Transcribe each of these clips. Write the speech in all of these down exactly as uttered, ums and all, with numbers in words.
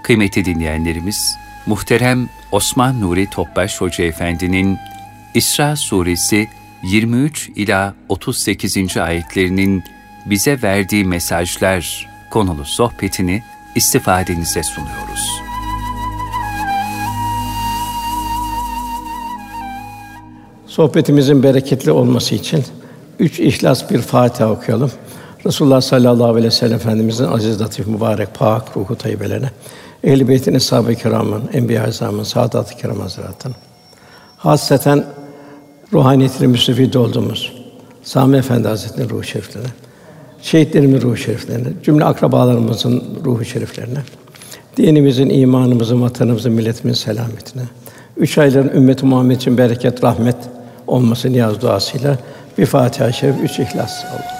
Kıymetli dinleyenlerimiz, muhterem Osman Nuri Topbaş Hoca Efendi'nin İsra Suresi yirmi üç ila otuz sekizinci ayetlerinin bize verdiği mesajlar konulu sohbetini istifadenize sunuyoruz. Sohbetimizin bereketli olması için üç İhlas bir Fatiha okuyalım. Resulullah sallallahu aleyhi ve sellem Efendimizin aziz, latif, mübarek, pak ruhu tayyibelerine, Ehl-i Beyt'in, eshab-ı kirâmın, enbiya-i azamın, saadat-ı kirâm hazretlerinin, hasreten ruhaniyetiyle müstefid olduğumuz Sami Efendi Hazretleri'nin ruhu şeriflerine, şehitlerimizin ruhu şeriflerine, cümle akrabalarımızın ruhu şeriflerine, dinimizin, imanımızın, vatanımızın, milletimizin selametine, üç ayların ümmeti Muhammed için bereket, rahmet olması niyaz duasıyla bir Fatiha-i Şerif, üç İhlas Allah'ımız.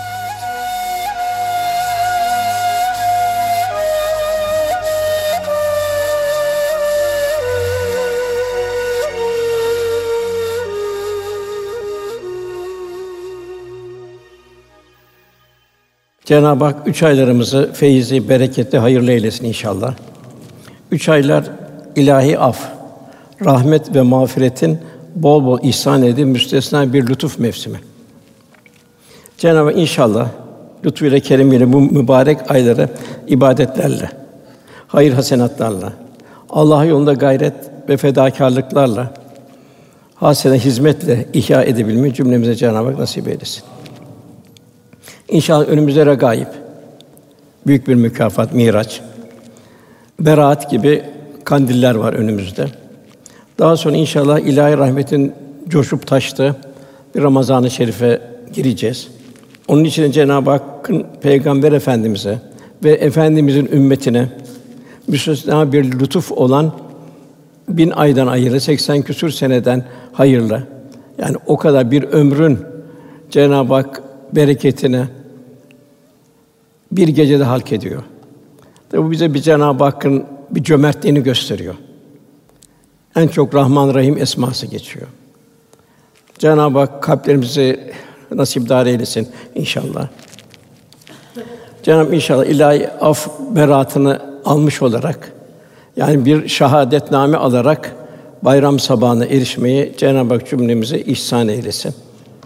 Cenab-ı Hak üç aylarımızı feyizli, bereketli, hayırlı eylesin inşallah. Üç aylar ilahi af, rahmet ve mağfiretin bol bol ihsan edildiği müstesna bir lütuf mevsimi. Cenab-ı Hak inşallah lütfuyla, keremiyle bu mübarek ayları ibadetlerle, hayır hasenatlarla, Allah yolunda gayret ve fedakârlıklarla, hasreten hizmetle ihya edebilmeyi cümlemize Cenab-ı Hak nasip eylesin. İnşallah önümüzde regaib, büyük bir mükafat, Miraç, Berat gibi kandiller var önümüzde. Daha sonra inşallah ilahi rahmetin coşup taştığı bir Ramazan-ı Şerif'e gireceğiz. Onun için Cenab-ı Hakk'ın Peygamber Efendimize ve Efendimizin ümmetine müstesna bir lütuf olan bin aydan hayırlı, seksen küsur seneden hayırlı. Yani o kadar bir ömrün Cenab-ı Hak bereketine bir gecede halk ediyor. Tabi bu bize bir Cenab-ı Hakk'ın bir cömertliğini gösteriyor. En çok Rahman Rahim esması geçiyor. Cenab-ı Hak kalplerimizi nasipdar eylesin inşallah. Cenab-ı Hak inşallah ilahi af beratını almış olarak, yani bir şahadetname alarak bayram sabahına erişmeyi Cenab-ı Hak cümlemize ihsan eylesin.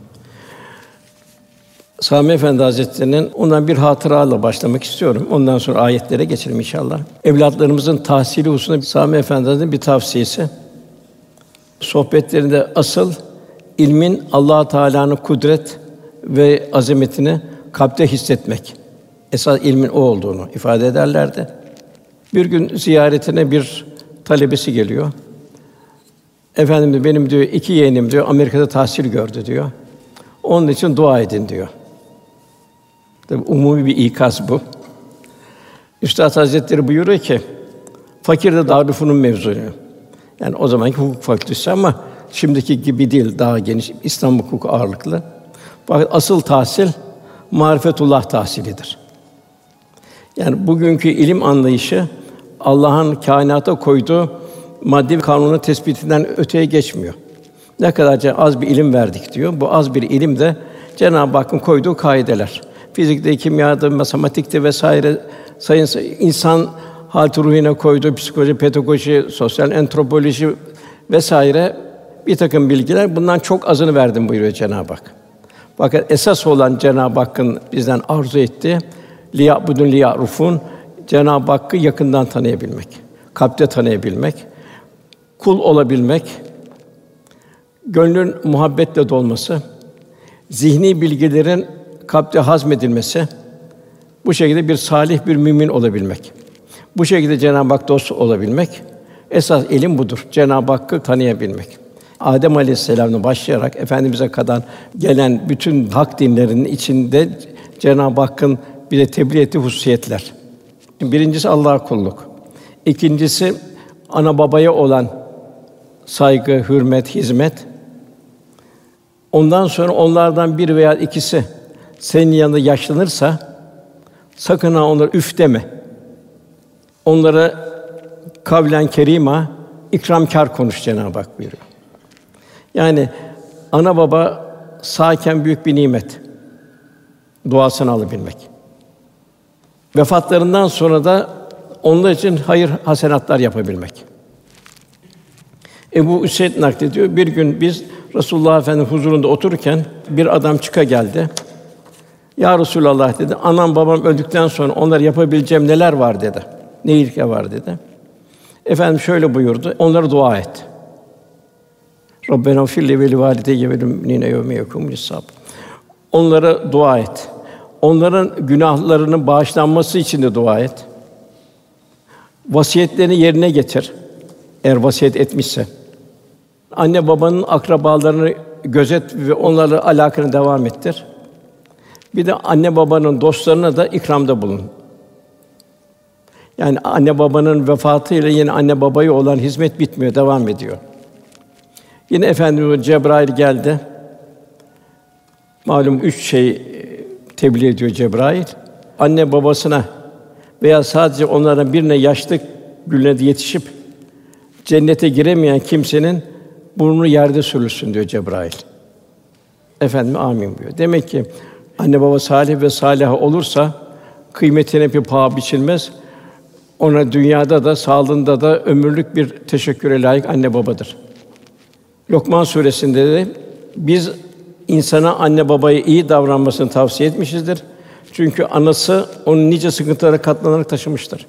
Sami Efendi Hazretleri'nin ondan bir hatıralarla başlamak istiyorum. Ondan sonra ayetlere geçelim inşallah. Evlatlarımızın tahsili hususunda Sami Efendi Hazretleri'nin bir tavsiyesi. Sohbetlerinde asıl ilmin Allah Teala'nın kudret ve azametini kalpte hissetmek. Esas ilmin o olduğunu ifade ederlerdi. Bir gün ziyaretine bir talebesi geliyor. Efendim diyor, benim diyor iki yeğenim diyor Amerika'da tahsil gördü diyor. Onun için dua edin diyor. Tabii umumi bir ikaz bu. Üstad Hazretleri buyuruyor ki, fakir de Darülfünun mezunu. Yani o zamanki hukuk fakültesi ama şimdiki gibi değil, daha geniş, İslam hukuku ağırlıklı. Fakat asıl tahsil marifetullah tahsilidir. Yani bugünkü ilim anlayışı Allah'ın kainata koyduğu maddi kanunu tespitinden öteye geçmiyor. Ne kadarca az bir ilim verdik diyor. Bu az bir ilim de Cenab-ı Hakk'ın koyduğu kaideler. Fizikte, kimyada, matematikte vesaire sayın insan hâl-i ruhine koyduğu psikoloji, pedagoji, sosyal antropoloji vesaire bir takım bilgiler, bundan çok azını verdim buyuruyor Cenab-ı Hak. Fakat esas olan Cenab-ı Hakk'ın bizden arzu ettiği liya'budun liya'rufun, Cenab-ı Hakk'ı yakından tanıyabilmek, kalpte tanıyabilmek, kul olabilmek, gönlün muhabbetle dolması, zihni bilgilerin kalpte hazmedilmesi, bu şekilde bir salih bir mümin olabilmek. Bu şekilde Cenab-ı Hak dostu olabilmek, esas ilim budur. Cenab-ı Hakk'ı tanıyabilmek. Adem Aleyhisselam'dan başlayarak efendimize kadar gelen bütün hak dinlerinin içinde Cenab-ı Hakk'ın bize tebliğ ettiği hususiyetler. Birincisi Allah'a kulluk. İkincisi ana babaya olan saygı, hürmet, hizmet. Ondan sonra onlardan bir veya ikisi senin yanında yaşlanırsa sakın ha onlara üf deme. Onlara kavlen kerîmâ, ikramkâr konuş Cenab-ı Hak buyuruyor. Yani ana baba sağken büyük bir nimet. Duasını alabilmek. Vefatlarından sonra da onlar için hayır hasenatlar yapabilmek. Ebu Üseyd naklediyor. Bir gün biz Resulullah Efendimiz huzurunda otururken bir adam çıka geldi. Ya Resulallah dedi. Anam babam öldükten sonra onlara yapabileceğim neler var dedi. Ne iyilik var dedi. Efendim şöyle buyurdu. Onlara dua et. Rabbena firli ve li valideyye ve lil müminine yevme yekumul hisab. Onlara dua et. Onların günahlarının bağışlanması için de dua et. Vasiyetlerini yerine getir. Eğer vasiyet etmişse. Anne babanın akrabalarını gözet ve onlarla alakanı devam ettir. Bir de anne babanın dostlarına da ikramda bulun. Yani anne babanın vefatıyla yine anne babaya olan hizmet bitmiyor, devam ediyor. Yine Efendimiz Cebrail geldi. Malum üç şey tebliğ ediyor Cebrail. Anne babasına veya sadece onlardan birine yaşlık gününe yetişip cennete giremeyen kimsenin burnu yerde sürülsün diyor Cebrail. Efendim amin buyuruyor. Demek ki anne baba salih ve sâliha olursa kıymetine bir paha biçilmez. Ona dünyada da sağlığında da ömürlük bir teşekküre layık anne babadır. Lokman suresinde de biz insana anne babaya iyi davranmasını tavsiye etmişizdir. Çünkü anası onun nice sıkıntılara katlanarak taşımıştır.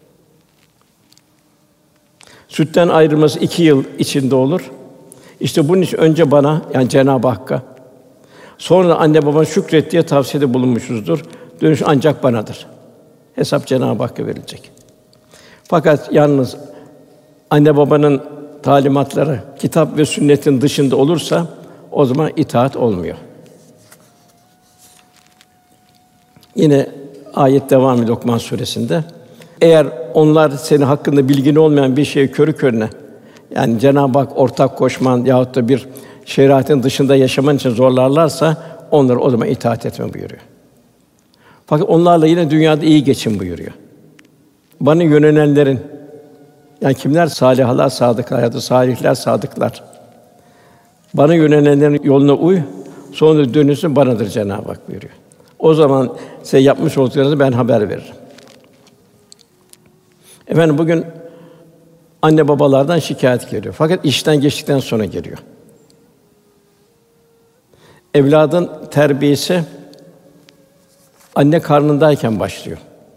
Sütten ayrılması iki yıl içinde olur. İşte bunun için önce bana, yani Cenab-ı Hakk'a, sonra da anne babanın şükret diye tavsiyede bulunmuşuzdur. Dönüş ancak banadır. Hesap Cenab-ı Hakk'a verilecek. Fakat yalnız anne babanın talimatları kitap ve sünnetin dışında olursa o zaman itaat olmuyor. Yine ayet devam ediyor Lokman suresinde. Eğer onlar senin hakkında bilgin olmayan bir şeyi körü körüne, yani Cenab-ı Hak ortak koşman yahut da bir şeriatın dışında yaşaman için zorlarlarsa onlara o zaman itaat etme buyuruyor. Fakat onlarla yine dünyada iyi geçin buyuruyor. Bana yönelenlerin, yani kimler? Sâlihâlar, sadıklar ya da salihler, sadıklar. Bana yönelenlerin yoluna uy, sonra dönüşün banadır Cenab-ı Hak buyuruyor. O zaman size yapmış olduklarınızı ben haber veririm. Efendim bugün anne babalardan şikâyet geliyor. Fakat işten geçtikten sonra geliyor. Evladın terbiyesi anne karnındayken başlıyor.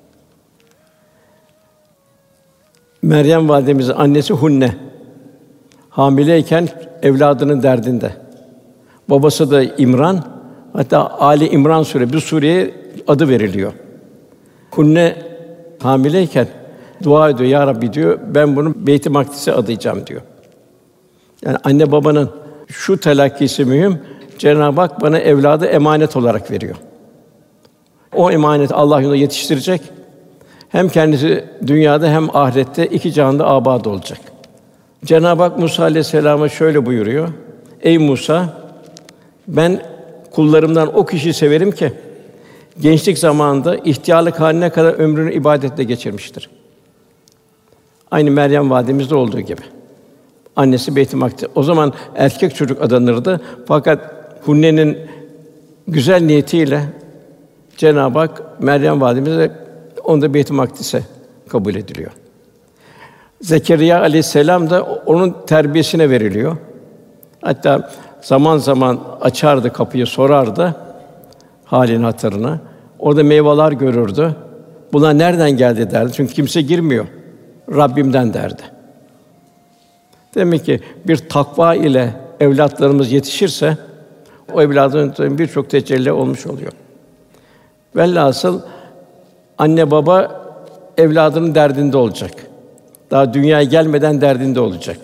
Meryem validemizin annesi Hunne hamileyken evladının derdinde. Babası da İmran, hatta Ali İmran Sûre bir sureye adı veriliyor. Hunne hamileyken dua ediyor, ya Rabbi diyor, ben bunu Beyt-i Makdis'e adayacağım diyor. Yani anne babanın şu telakkisi mühim. Cenab-ı Hak bana evladı emanet olarak veriyor. O emanet Allah yolunda yetiştirecek. Hem kendisi dünyada hem ahirette iki cihanda âbâd olacak. Cenab-ı Hak Musa aleyhisselâma şöyle buyuruyor: Ey Musa, ben kullarımdan o kişiyi severim ki gençlik zamanında ihtiyarlık haline kadar ömrünü ibadetle geçirmiştir. Aynı Meryem validemizde olduğu gibi. Annesi Beyt-i Makdis. O zaman erkek çocuk adanırdı. Fakat Hunne'nin güzel niyetiyle Cenab-ı Hak Meryem validemize onu da Beyt-i Makdis'e kabul ediliyor. Zekeriya aleyhisselam da onun terbiyesine veriliyor. Hatta zaman zaman açardı kapıyı, sorardı hâlini hatırına. Orada meyveler görürdü. Bunlar nereden geldi derdi. Çünkü kimse girmiyor. Rabbimden derdi. Demek ki bir takva ile evlatlarımız yetişirse o evladın birçok tecelli olmuş oluyor. Velhasıl anne baba evladının derdinde olacak. Daha dünyaya gelmeden derdinde olacak.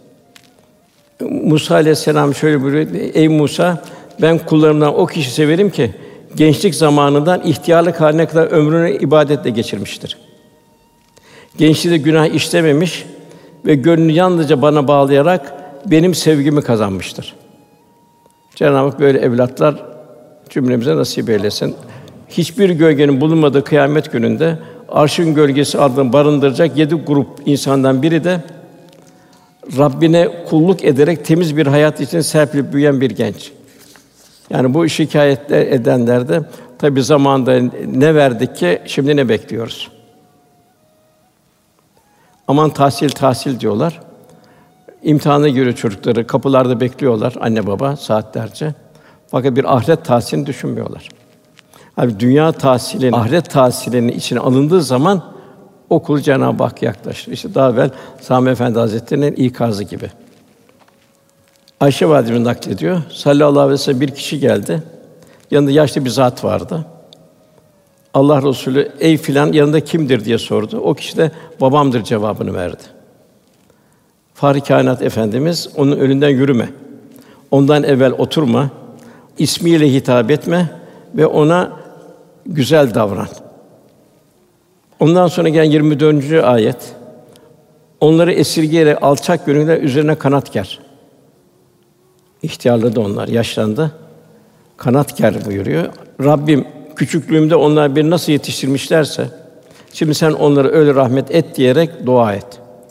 Musa aleyhisselam şöyle buyuruyor: Ey Musa, ben kullarımdan o kişi severim ki gençlik zamanından ihtiyarlık haline kadar ömrünü ibadetle geçirmiştir. Gençliğinde günah işlememiş ve gönlünü yalnızca bana bağlayarak benim sevgimi kazanmıştır. Cenab-ı Hak böyle evlatlar cümlemize nasip eylesin. Hiçbir gölgenin bulunmadığı kıyamet gününde arşın gölgesi altında barındıracak yedi grup insandan biri de Rabbine kulluk ederek temiz bir hayat için serpilip büyüyen bir genç. Yani bu şikâyetler edenler de tabii zamanında ne verdik ki şimdi ne bekliyoruz? Aman tahsil tahsil diyorlar. İmtihana giriyor çocukları, kapılarda bekliyorlar anne baba saatlerce. Fakat bir ahiret tahsilini düşünmüyorlar. Abi dünya tahsilinin, ahiret tahsilinin içine alındığı zaman okul Cenab-ı Hak yaklaşır. İşte daha evvel Sami Efendi Hazretleri'nin ikazı gibi. Ayşe validemiz naklediyor. Sallallahu aleyhi ve sellem bir kişi geldi. Yanında yaşlı bir zat vardı. Allah Resulü ey filan yanında kimdir diye sordu. O kişi de babamdır cevabını verdi. Fâhr-ı Kâinat Efendimiz onun önünden yürüme. Ondan evvel oturma. İsmiyle hitap etme ve ona güzel davran. Ondan sonra gelen yirmi dördüncü ayet. Onları esirgeyerek alçak gönüller üzerine kanat ger. İhtiyarladı onlar, yaşlandı. Kanat ger buyuruyor. Rabbim küçüklüğümde onlar beni nasıl yetiştirmişlerse şimdi sen onlara öyle rahmet et diyerek dua et.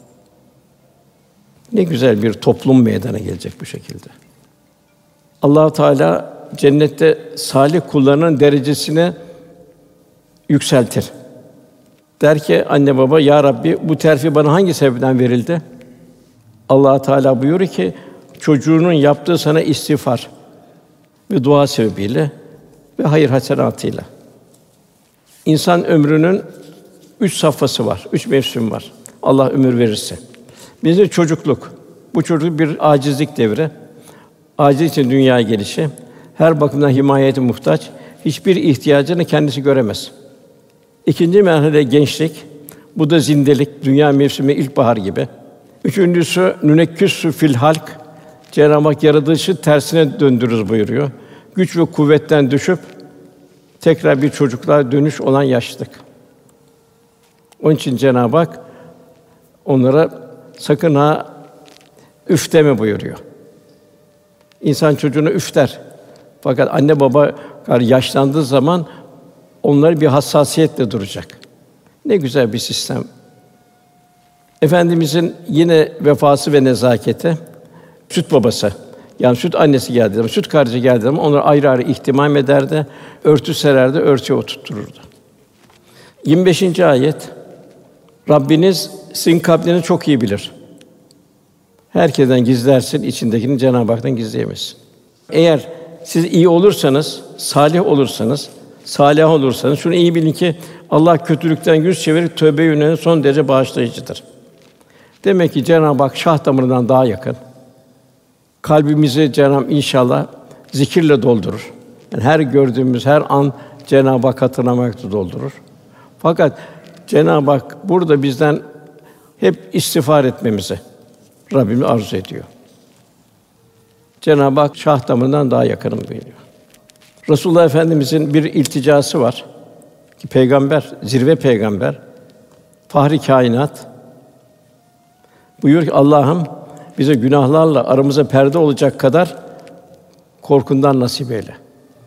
Ne güzel bir toplum meydana gelecek bu şekilde. Allah-u Teala cennette salih kullarının derecesini yükseltir. Der ki anne baba ya Rabbi bu terfi bana hangi sebepten verildi? Allah Teala buyuruyor ki çocuğunun yaptığı sana istiğfar ve dua sebebiyle ve hayır hasenatıyla. İnsan ömrünün üç safhası var, üç mevsim var. Allah ömür verirse. Bizde çocukluk. Bu çocuk bir acizlik devri. Aciz için dünyaya gelişi, her bakımdan himayete muhtaç, hiçbir ihtiyacını kendisi göremez. İkinci merhale gençlik. Bu da zindelik, dünya mevsimi ilkbahar gibi. Üçüncüsü nünekküsü fil halk. Cenab-ı Hak yaratılışı tersine döndürürüz buyuruyor. Güç ve kuvvetten düşüp tekrar bir çocukluğa dönüş olan yaşlılık. Onun için Cenab-ı Hak onlara sakın ha üf deme buyuruyor. İnsan çocuğuna üf der. Fakat anne baba yaşlandığı zaman onlar bir hassasiyetle duracak. Ne güzel bir sistem. Efendimizin yine vefası ve nezaketi, süt babası, yani süt annesi geldiği zaman, süt kardeşi geldiği zaman onları ayrı ayrı ihtimam ederdi, örtü sererdi, örtüye oturttururdu. yirmi beşinci ayet. Rabbiniz sizin kalplerinizi çok iyi bilir. Herkesten gizlersin, içindekini Cenab-ı Hak'tan gizleyemezsin. Eğer siz iyi olursanız, salih olursanız, salih olursanız şunu iyi bilin ki Allah kötülükten yüz çevirip tövbe yönelen son derece bağışlayıcıdır. Demek ki Cenab-ı Hak şah damarından daha yakın. Kalbimizi Cenab-ı inşallah zikirle doldurur. Yani her gördüğümüz her an Cenab-ı Hak hatırlamakla doldurur. Fakat Cenab-ı Hak burada bizden hep istiğfar etmemizi Rabbimiz arzu ediyor. Cenab-ı Hak şah damarından daha yakınım buyuruyor. Resulullah Efendimizin bir ilticası var ki peygamber, zirve peygamber, Fâhr-ı Kâinat buyuruyor ki Allah'ım bize günahlarla aramıza perde olacak kadar korkundan nasip eyle.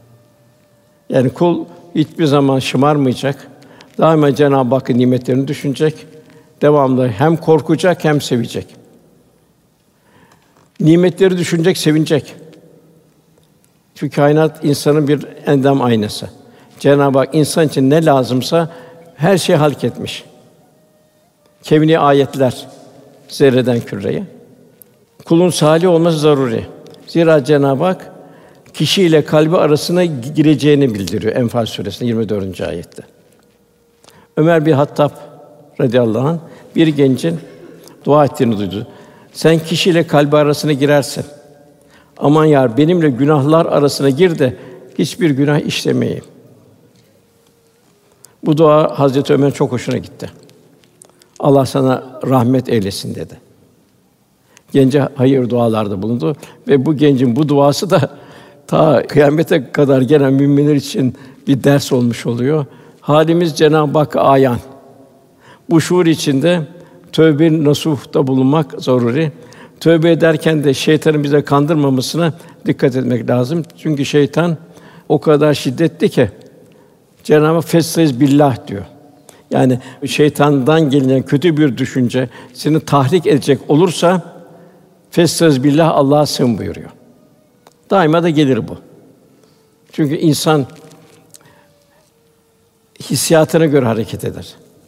Yani kul hiçbir zaman şımarmayacak, daima Cenab-ı Hakk'ın nimetlerini düşünecek, devamlı hem korkacak hem sevecek. Nimetleri düşünecek, sevinecek. Çünkü kainat insanın bir endam aynası. Cenab-ı Hak insan için ne lazımsa her şeyi halk etmiş. Kevni ayetler zerreden küreye. Kulun salih olması zaruri. Zira Cenab-ı Hak kişiyle kalbi arasına gireceğini bildiriyor Enfal Suresi'nin yirmi dördüncü ayette. Ömer bin Hattab radıyallahu anh bir gencin dua ettiğini duydu. Sen kişiyle kalbi arasına girersin. Aman yar benimle günahlar arasına gir de hiçbir günah işlemeyeyim. Bu dua Hazreti Ömer çok hoşuna gitti. Allah sana rahmet eylesin dedi. Gence hayır dualarda bulundu ve bu gencin bu duası da ta kıyamete kadar gelen müminler için bir ders olmuş oluyor. Halimiz Cenab-ı Hakk'a ayan. Bu şuur içinde tövbe nasuhta bulunmak zaruri. Tövbe ederken de şeytanın bize kandırmamasına dikkat etmek lazım. Çünkü şeytan o kadar şiddetli ki Cenab-ı Hak "Festaiz billah" diyor. Yani şeytandan gelen kötü bir düşünce seni tahrik edecek olursa "Festaiz billah" Allah'a sığın buyuruyor. Daima da gelir bu. Çünkü insan hissiyatına göre hareket eder.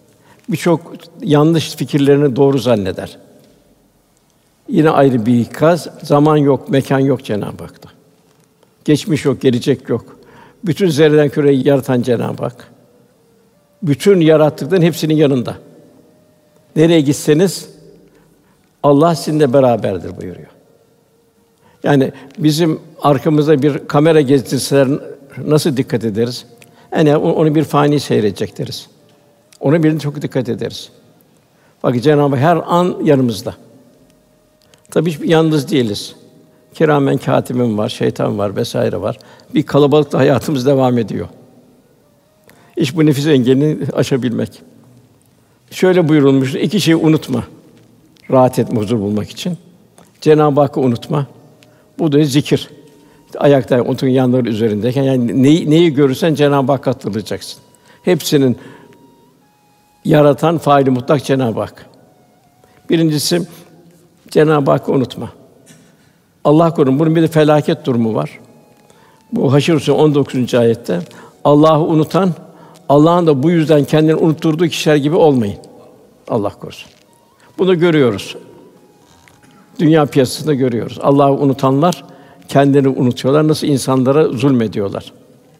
Birçok yanlış fikirlerini doğru zanneder. Yine ayrı bir ikaz, zaman yok, mekan yok Cenab-ı Hak'ta. Geçmiş yok, gelecek yok. Bütün zerreden küreyi yaratan Cenab-ı Hak. Bütün yarattıkların hepsinin yanında. Nereye gitseniz Allah sizinle beraberdir buyuruyor. Yani bizim arkamızda bir kamera gezdirseler nasıl dikkat ederiz? Yani onu bir fani seyredecek deriz. Ona birine çok dikkat ederiz. Bak Cenab-ı Hak her an yanımızda. Tabii hiç yalnız değiliz. Kiramen kâtibim var, şeytan var vesaire var. Bir kalabalıkta hayatımız devam ediyor. İş bu nefis engelini aşabilmek. Şöyle buyurulmuş: iki şeyi unutma. Rahat etme, huzur bulmak için. Cenab-ı Hakk'ı unutma. Bu da zikir. Ayakta oturun yanları üzerindeyken yani neyi, neyi görürsen Cenab-ı Hakk'a hatırlayacaksın. Hepsinin yaratan faili mutlak Cenab-ı Hak. Birincisi Cenab-ı Hakk'ı unutma. Allah korusun, bunun bir de felaket durumu var. Bu Haşr Suresi on dokuzuncu ayette Allah'ı unutan, Allah'ın da bu yüzden kendini unutturduğu kişiler gibi olmayın. Allah korusun. Bunu görüyoruz. Dünya piyasasında görüyoruz. Allah'ı unutanlar kendilerini unutuyorlar. Nasıl insanlara zulmediyorlar.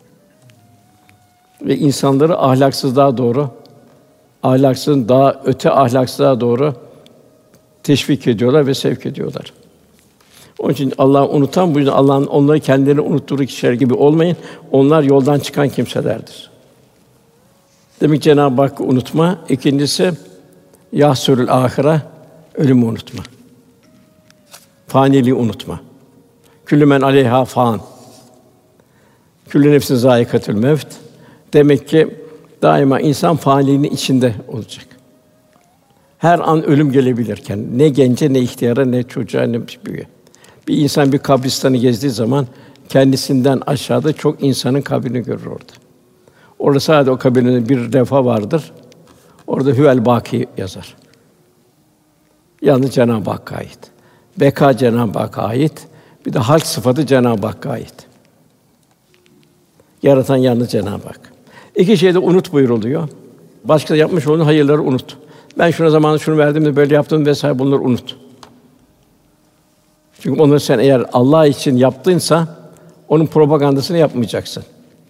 Ve insanları ahlaksızlığa doğru, ahlaksızlığın daha öte ahlaksızlığa doğru teşvik ediyorlar ve sevk ediyorlar. Onun için Allah'ı unutan, bu yüzden Allah'ın onları kendilerini unutturduğu kişiler gibi olmayın. Onlar yoldan çıkan kimselerdir. Demek Cenab-ı Hakk'ı unutma. İkincisi yahsürül âhire, ölümü unutma. Faniliği unutma. Küllü men aleyhâ fân. Küllü nefsin zâikatül mevt. Demek ki daima insan faniliğinin içinde olacak. Her an ölüm gelebilirken ne gence, ne ihtiyara, ne çocuğa, ne büyüğe. Bir insan bir kabristanı gezdiği zaman kendisinden aşağıda çok insanın kabrini görür orada. Orada sadece o kabirinde bir defa vardır. Orada Huvel Bâkî yazar. Yalnız Cenab-ı Hakk'a ait. Beka Cenab-ı Hakk'a ait. Bir de halk sıfatı Cenab-ı Hakk'a ait. Yaratan yalnız Cenab-ı Hak. İki şeyi de unut buyuruluyor. Başka yapmış olduğun hayırları unut. Ben şuna zamanında şunu verdim de böyle yaptım vesaire, bunları unut. Çünkü onları sen eğer Allah için yaptınsa onun propagandasını yapmayacaksın.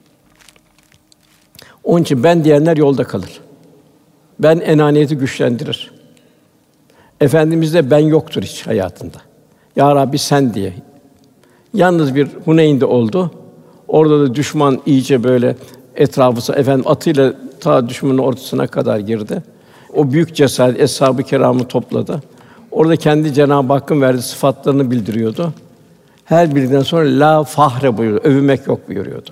Onun için ben diyenler yolda kalır. Ben enaniyeti güçlendirir. Efendimizde ben yoktur hiç hayatında. Ya Rabbi sen diye. Yalnız bir Huneyn'de oldu. Orada da düşman iyice böyle etrafı efendim atıyla ta düşmanın ortasına kadar girdi. O büyük cesaret eshab-ı kiramı topladı. Orada kendi Cenab-ı Hakk'ın verdiği sıfatlarını bildiriyordu. Her birinden sonra la fahre buyuruyordu. Övünmek yok buyuruyordu.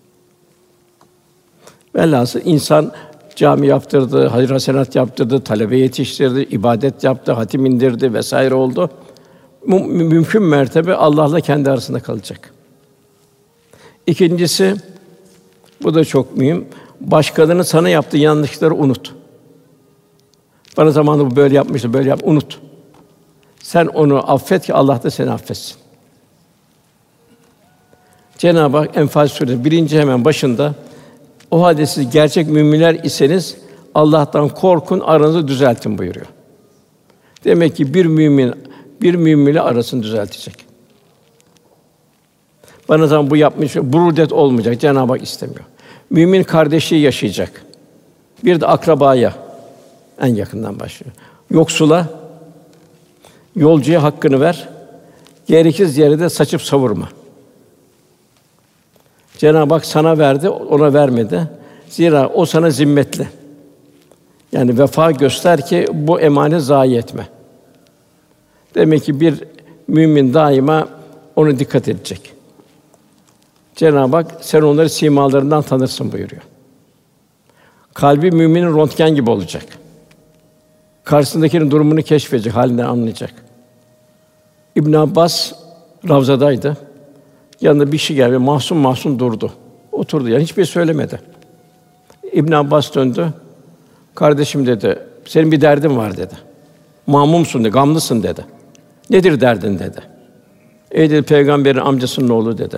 Velhâsıl insan cami yaptırdı, hayır hasenat yaptırdı, talebe yetiştirdi, ibadet yaptı, hatim indirdi vesaire oldu. Mü- mümkün mertebe Allah'la kendi arasında kalacak. İkincisi, bu da çok mühim. Başkalarının sana yaptığı yanlışları unut. Bana zamanında bu böyle yapmıştı, böyle yap, unut. Sen onu affet ki Allah da seni affetsin. Cenab-ı Hak Enfâl Sûresi birinci hemen başında o halde siz gerçek müminler iseniz Allah'tan korkun, aranızı düzeltin buyuruyor. Demek ki bir mümin bir müminle arasını düzeltecek. Bana zaman bu yapmış, burudet olmayacak. Cenab-ı Hak istemiyor. Mümin kardeşliği yaşayacak. Bir de akrabaya en yakından başlıyor. Yoksula, yolcuya hakkını ver. Gereksiz yere de saçıp savurma. Cenab-ı Hak sana verdi, ona vermedi. Zira o sana zimmetli. Yani vefa göster ki bu emanet zayi etme. Demek ki bir mümin daima ona dikkat edecek. Cenab-ı Hak sen onları simalarından tanırsın buyuruyor. Kalbi müminin röntgen gibi olacak. Karşısındakinin durumunu keşfedecek, halinden anlayacak. İbn Abbas Ravzadaydı. Yanında bir kişi geldi, mahzun mahzun durdu. Oturdu, yani hiçbir şey söylemedi. İbn Abbas döndü. Kardeşim dedi, senin bir derdin var dedi. Mahmumsun dedi, gamlısın dedi. Nedir derdin dedi. Ey dedi, peygamberin amcasının oğlu dedi.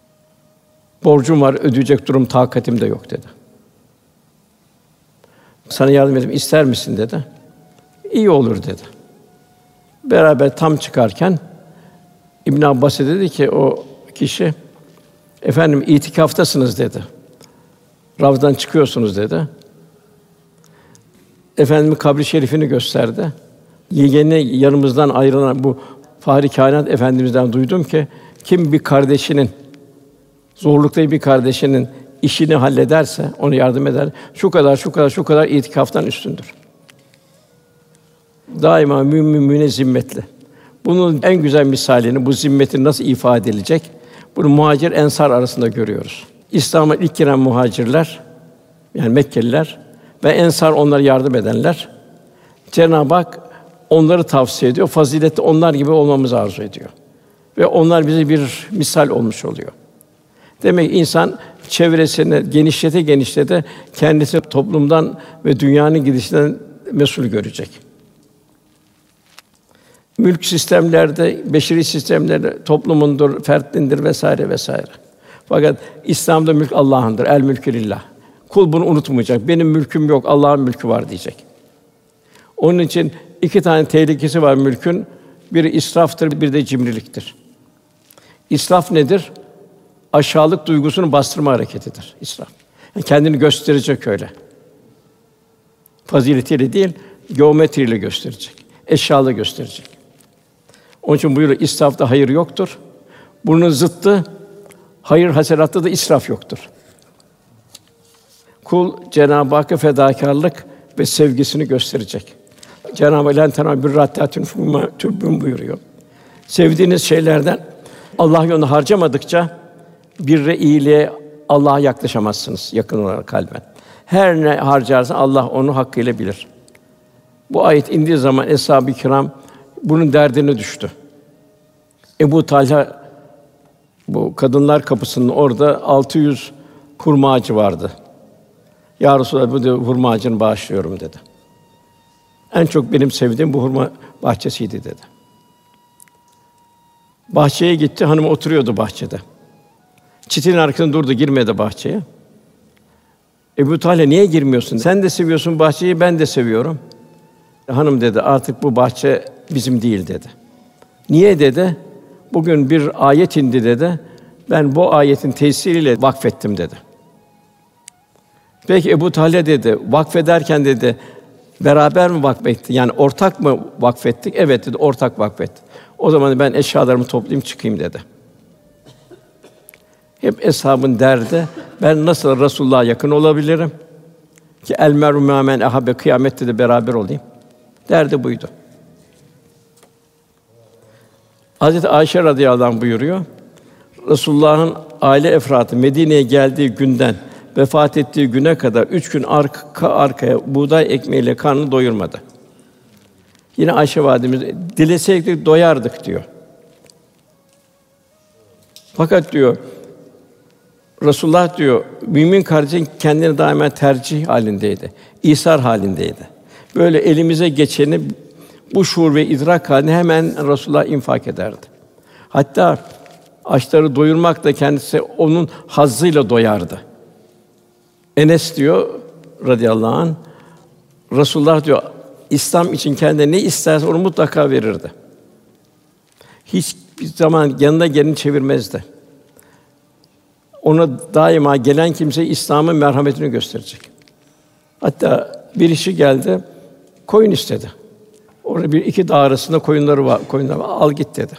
Borcum var, ödeyecek durum takatim de yok dedi. sana yardım edeyim, ister misin dedi. İyi olur dedi. Beraber tam çıkarken İbn Abbas'a dedi ki o kişi, efendim itikaftasınız dedi. Ravzdan çıkıyorsunuz dedi. Efendimiz kabri şerifini gösterdi. Yeni yanımızdan ayrılan bu Fahri Kainat Efendimiz'den duydum ki kim bir kardeşinin zorlukta bir kardeşinin işini hallederse, ona yardım eder, şu kadar, şu kadar, şu kadar itikaftan üstündür. Daima mümin mümine zimmetli. Bunun en güzel misalini, bu zimmetin nasıl ifade edilecek? Bunu muhacir ensar arasında görüyoruz. İslam'a ilk giren muhacirler, yani Mekkeliler ve ensar onlara yardım edenler. Cenab-ı Hak onları tavsiye ediyor. Faziletli onlar gibi olmamızı arzu ediyor. Ve onlar bize bir misal olmuş oluyor. Demek ki insan çevresini genişlete genişlete kendisi toplumdan ve dünyanın gidişinden mesul görecek. Mülk sistemlerde, beşeri sistemlerde toplumundur, fertlindir vesaire vesaire. Fakat İslam'da mülk Allah'ındır. El mülkü lillah. Kul bunu unutmayacak. Benim mülküm yok, Allah'ın mülkü var diyecek. Onun için iki tane tehlikesi var mülkün. Biri israftır, biri de cimriliktir. İsraf nedir? Aşağılık duygusunu bastırma hareketidir israf. Yani kendini gösterecek öyle. Faziletiyle değil, geometriyle gösterecek. Eşyalı gösterecek. Onun için buyuruyor, israfta hayır yoktur. Bunun zıttı, hayır hasenatta da israf yoktur. Kul Cenab-ı Hakk'a fedakârlık ve sevgisini gösterecek. Cenab-ı Hak lentena birrattatun fuma tübbün buyuruyor. Sevdiğiniz şeylerden Allah yolunda harcamadıkça birre iyiliğe Allah'a yaklaşamazsınız yakın olarak kalben. Her ne harcarsan Allah onu hakkıyla bilir. Bu ayet indiği zaman eshab-ı kiram bunun derdine düştü. Ebu Talha bu kadınlar kapısının orada altı yüz hurma ağacı vardı. Ya Resulallah, bu diyor, hurma ağacını bağışlıyorum dedi. En çok benim sevdiğim bu hurma bahçesiydi dedi. Bahçeye gitti, hanım oturuyordu bahçede. Çitin arkasında durdu, girmedi bahçeye. Ebu Talha, niye girmiyorsun? Sen de seviyorsun bahçeyi, ben de seviyorum. Hanım dedi, artık bu bahçe bizim değil dedi. Niye dedi? Bugün bir ayet indi dedi. Ben bu ayetin tesiriyle vakfettim dedi. Peki Ebu Talha dedi, vakfederken dedi, beraber mi vakfettin? Yani ortak mı vakfettik? Evet dedi, ortak vakfettik. O zaman ben eşyalarımı toplayayım çıkayım dedi. Hep eshabın derdi, ben nasıl Resulullah'a yakın olabilirim ki el meru men ahabbe, kıyamette de beraber olayım. Derdi buydu. Hazreti Ayşe radıyallahu anh buyuruyor. Resulullah'ın aile efradı Medine'ye geldiği günden vefat ettiği güne kadar üç gün arka arkaya buğday ekmeğiyle karnını doyurmadı. Yine Ayşe validemiz, dileseydik doyardık diyor. Fakat diyor, Resulullah diyor, mümin kardeşin kendini daima tercih halindeydi, İsar halindeydi. Böyle elimize geçeni bu şuur ve idrak halinde hemen Resulullah infak ederdi. Hatta açları doyurmak da kendisi onun hazzıyla doyardı. Enes diyor radıyallahu anh, Resulullah diyor, İslam için kendine ne isterse onu mutlaka verirdi. Hiçbir zaman yanına geleni çevirmezdi. Ona daima gelen kimse İslam'ın merhametini gösterecek. Hatta bir işi geldi, koyun istedi. Orada bir iki dağ arasında koyunları var, koyunlar var. Al git dedi.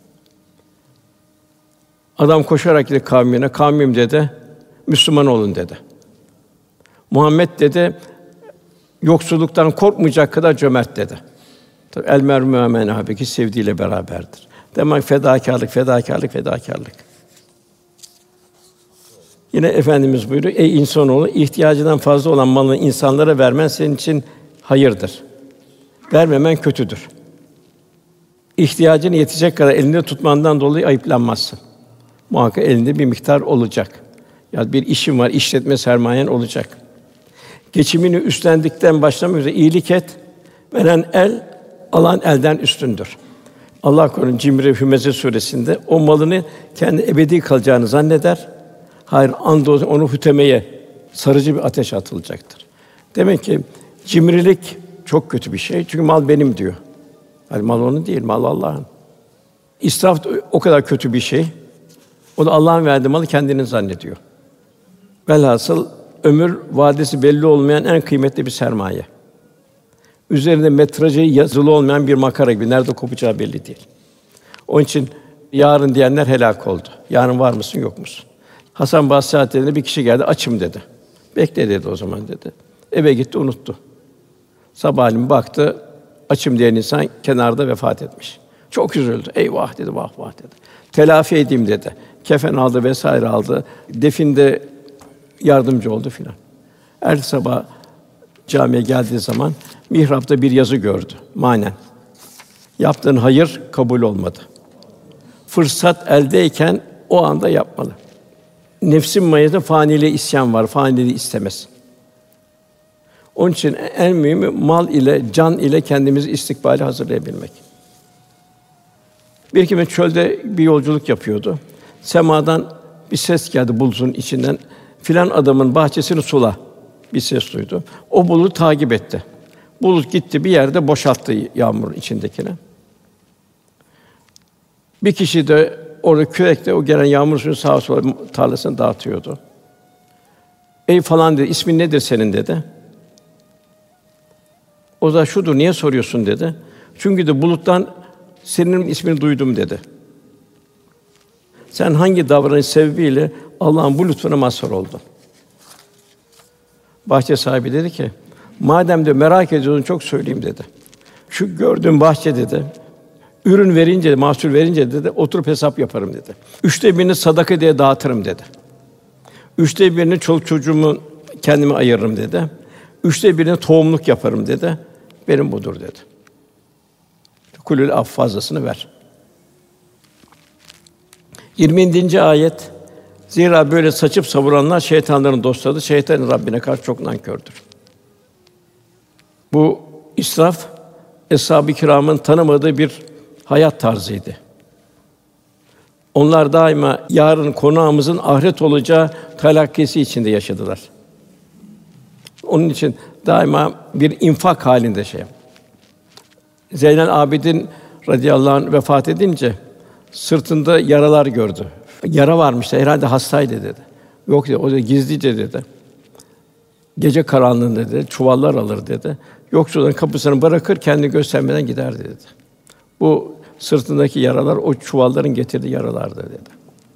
Adam koşarak gitti kavmine, kavmim dedi, Müslüman olun dedi. Muhammed dedi, yoksulluktan korkmayacak kadar cömert dedi. Tabii el mer'u men ahabbe, ki sevdiğiyle beraberdir. Demek fedakârlık, fedakârlık, fedakârlık. Yine Efendimiz buyuruyor, ey insanoğlu, ihtiyacından fazla olan malını insanlara vermen senin için hayırdır. Vermemen kötüdür. İhtiyacını yetecek kadar elinde tutmandan dolayı ayıplanmazsın. Muhakkak elinde bir miktar olacak. Ya bir işin var, işletme sermayen olacak. Geçimini üstlendikten başlamak üzere iyilik et. Veren el, alan elden üstündür. Allah korusun, Cimri Hümeze suresinde o malını kendi ebedi kalacağını zanneder. Hayır, andolsun onu hütemeye, sarıcı bir ateş atılacaktır. Demek ki cimrilik çok kötü bir şey. Çünkü mal benim diyor. Yani mal onun değil, mal Allah'ın. İsraf o kadar kötü bir şey. O da Allah'ın verdiği malı kendinin zannediyor. Velhasıl ömür vadesi belli olmayan en kıymetli bir sermaye. Üzerinde metrajı yazılı olmayan bir makara gibi, nerede kopacağı belli değil. Onun için yarın diyenler helak oldu. Yarın var mısın, yok musun? Hasan Basri Hazretleri'ne bir kişi geldi, açım dedi. Bekle dedi o zaman dedi. Eve gitti, unuttu. Sabahleyin baktı, açım diyen insan kenarda vefat etmiş. Çok üzüldü. Eyvah dedi, vah vah dedi. Telafi edeyim dedi. Kefen aldı vesaire aldı. Definde yardımcı oldu filan. Ertesi sabah camiye geldiği zaman mihrapta bir yazı gördü manen. Yaptığın hayır kabul olmadı. Fırsat eldeyken o anda yapmalı. Nefsin mayasında faniliğe isyan var, faniliği istemez. Onun için en mühimi mal ile, can ile kendimizi istikbale hazırlayabilmek. Bir kimse çölde bir yolculuk yapıyordu. Semadan bir ses geldi bulutun içinden. Filan adamın bahçesini sula. Bir ses duydu. O bulutu takip etti. Bulut gitti bir yerde boşalttı yağmurun içindekini. Bir kişi de orada kürekle o gelen yağmur suyunu sağa sola tarlasına dağıtıyordu. Ey falan dedi, ismin nedir senin dedi. O da şudur, niye soruyorsun dedi. Çünkü de buluttan senin ismini duydum dedi. Sen hangi davranış sebebiyle Allah'ın bu lütfuna mazhar oldun? Bahçe sahibi dedi ki, madem de merak ediyorsun çok söyleyeyim dedi. Şu gördüğün bahçe dedi, ürün verince, mahsul verince dedi, oturup hesap yaparım dedi. Üçte birini sadaka diye dağıtırım dedi. Üçte birini çoluk çocuğumu kendime ayırırım dedi. Üçte birini tohumluk yaparım dedi. Benim budur dedi. Kulül af, fazlasını ver. yirminci ayet. Zira böyle saçıp savuranlar şeytanların dostlarıdır. Şeytan Rabbine karşı çok nankördür. Bu israf eshab-ı kiramın tanımadığı bir hayat tarzıydı. Onlar daima yarın konağımızın ahiret olacağı telakkisi içinde yaşadılar. Onun için daima bir infak halinde şey. Zeynel Abidin radıyallahu anh vefat edince sırtında yaralar gördü. Yara varmış da herhalde hastaydı dedi. Yok dedi, o da gizlice dedi. Gece karanlığında dedi, çuvallar alır dedi. Yoksulların kapısını bırakır, kendini göstermeden giderdi dedi. Bu sırtındaki yaralar o çuvalların getirdiği yaralardı dedi.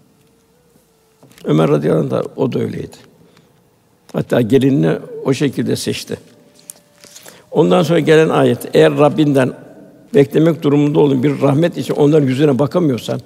Ömer radıyallahu anh da o da öyleydi. Hatta gelinini o şekilde seçti. Ondan sonra gelen ayet, eğer Rabbinden beklemek durumunda olduğun bir rahmet için onların yüzüne bakamıyorsan,